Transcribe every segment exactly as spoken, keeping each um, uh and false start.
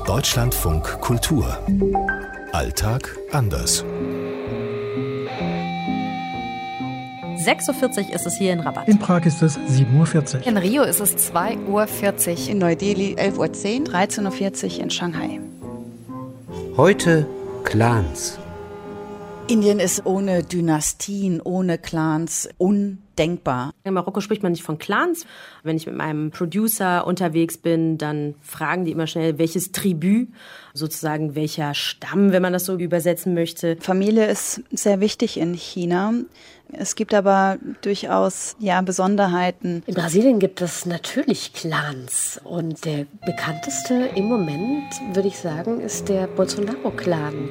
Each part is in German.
Deutschlandfunk Kultur. Alltag anders. sechs Uhr vierzig ist es hier in Rabat. In Prag ist es sieben Uhr vierzig. In Rio ist es zwei Uhr vierzig. In Neu-Delhi elf Uhr zehn. dreizehn Uhr vierzig in Shanghai. Heute Clans. Indien ist ohne Dynastien, ohne Clans undenkbar. In Marokko spricht man nicht von Clans. Wenn ich mit meinem Producer unterwegs bin, dann fragen die immer schnell, welches Tribü, sozusagen welcher Stamm, wenn man das so übersetzen möchte. Familie ist sehr wichtig in China. Es gibt aber durchaus ja, Besonderheiten. In Brasilien gibt es natürlich Clans und der bekannteste im Moment, würde ich sagen, ist der Bolsonaro-Clan.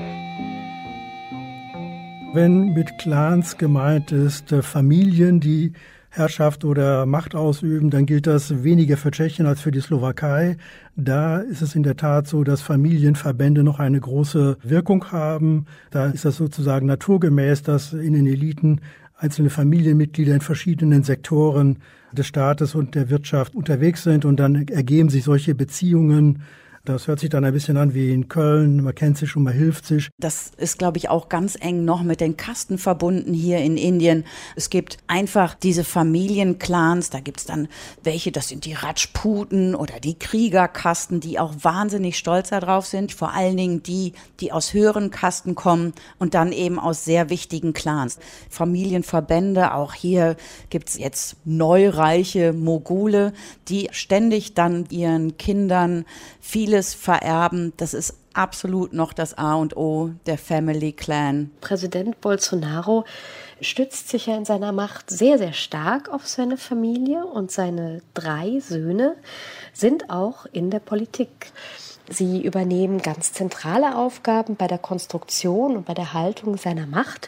Wenn mit Clans gemeint ist, Familien, die Herrschaft oder Macht ausüben, dann gilt das weniger für Tschechien als für die Slowakei. Da ist es in der Tat so, dass Familienverbände noch eine große Wirkung haben. Da ist das sozusagen naturgemäß, dass in den Eliten einzelne Familienmitglieder in verschiedenen Sektoren des Staates und der Wirtschaft unterwegs sind und dann ergeben sich solche Beziehungen. Das hört sich dann ein bisschen an wie in Köln, man kennt sich und man hilft sich. Das ist, glaube ich, auch ganz eng noch mit den Kasten verbunden hier in Indien. Es gibt einfach diese Familienclans, da gibt es dann welche, das sind die Rajputen oder die Kriegerkasten, die auch wahnsinnig stolz darauf sind. Vor allen Dingen die, die aus höheren Kasten kommen und dann eben aus sehr wichtigen Clans. Familienverbände, auch hier gibt es jetzt neureiche Mogule, die ständig dann ihren Kindern viele vererben. Das ist absolut noch das A und O der Family Clan. Präsident Bolsonaro stützt sich ja in seiner Macht sehr, sehr stark auf seine Familie und seine drei Söhne sind auch in der Politik. Sie übernehmen ganz zentrale Aufgaben bei der Konstruktion und bei der Haltung seiner Macht.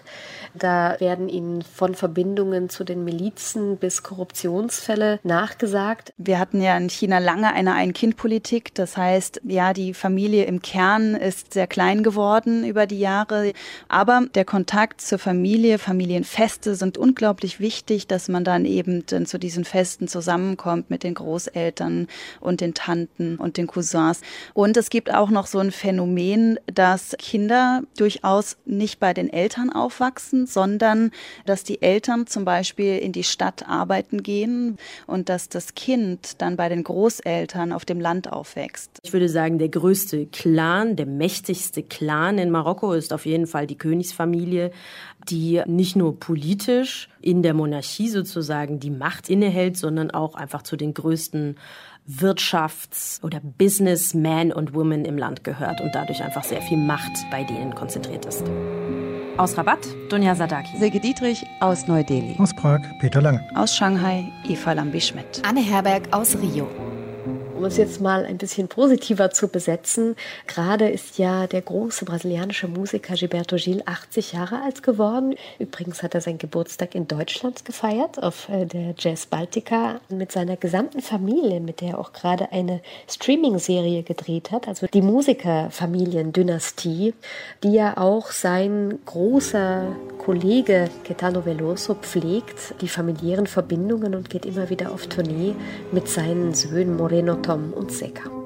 Da werden ihnen von Verbindungen zu den Milizen bis Korruptionsfälle nachgesagt. Wir hatten ja in China lange eine Ein-Kind-Politik. Das heißt, ja, die Familie im Kern ist sehr klein geworden über die Jahre. Aber der Kontakt zur Familie, Familienfeste sind unglaublich wichtig, dass man dann eben dann zu diesen Festen zusammenkommt mit den Großeltern und den Tanten und den Cousins. Und es gibt auch noch so ein Phänomen, dass Kinder durchaus nicht bei den Eltern aufwachsen, sondern dass die Eltern zum Beispiel in die Stadt arbeiten gehen und dass das Kind dann bei den Großeltern auf dem Land aufwächst. Ich würde sagen, der größte Clan, der mächtigste Clan in Marokko ist auf jeden Fall die Königsfamilie, die nicht nur politisch in der Monarchie sozusagen die Macht innehält, sondern auch einfach zu den größten Wirtschafts- oder Businessmen und Women im Land gehört und dadurch einfach sehr viel Macht bei denen konzentriert ist. Aus Rabat, Dunja Sadaki. Silke Dietrich aus Neu-Delhi. Aus Prag, Peter Lange. Aus Shanghai, Eva Lambi-Schmidt. Anne Herberg aus Rio. Um es jetzt mal ein bisschen positiver zu besetzen, gerade ist ja der große brasilianische Musiker Gilberto Gil achtzig Jahre alt geworden. Übrigens hat er seinen Geburtstag in Deutschland gefeiert, auf der Jazz Baltica, mit seiner gesamten Familie, mit der er auch gerade eine Streaming-Serie gedreht hat, also die Musikerfamilien-Dynastie, die ja auch sein großer Kollege Caetano Veloso pflegt, die familiären Verbindungen und geht immer wieder auf Tournee mit seinen Söhnen Moreno, Tom und Seca.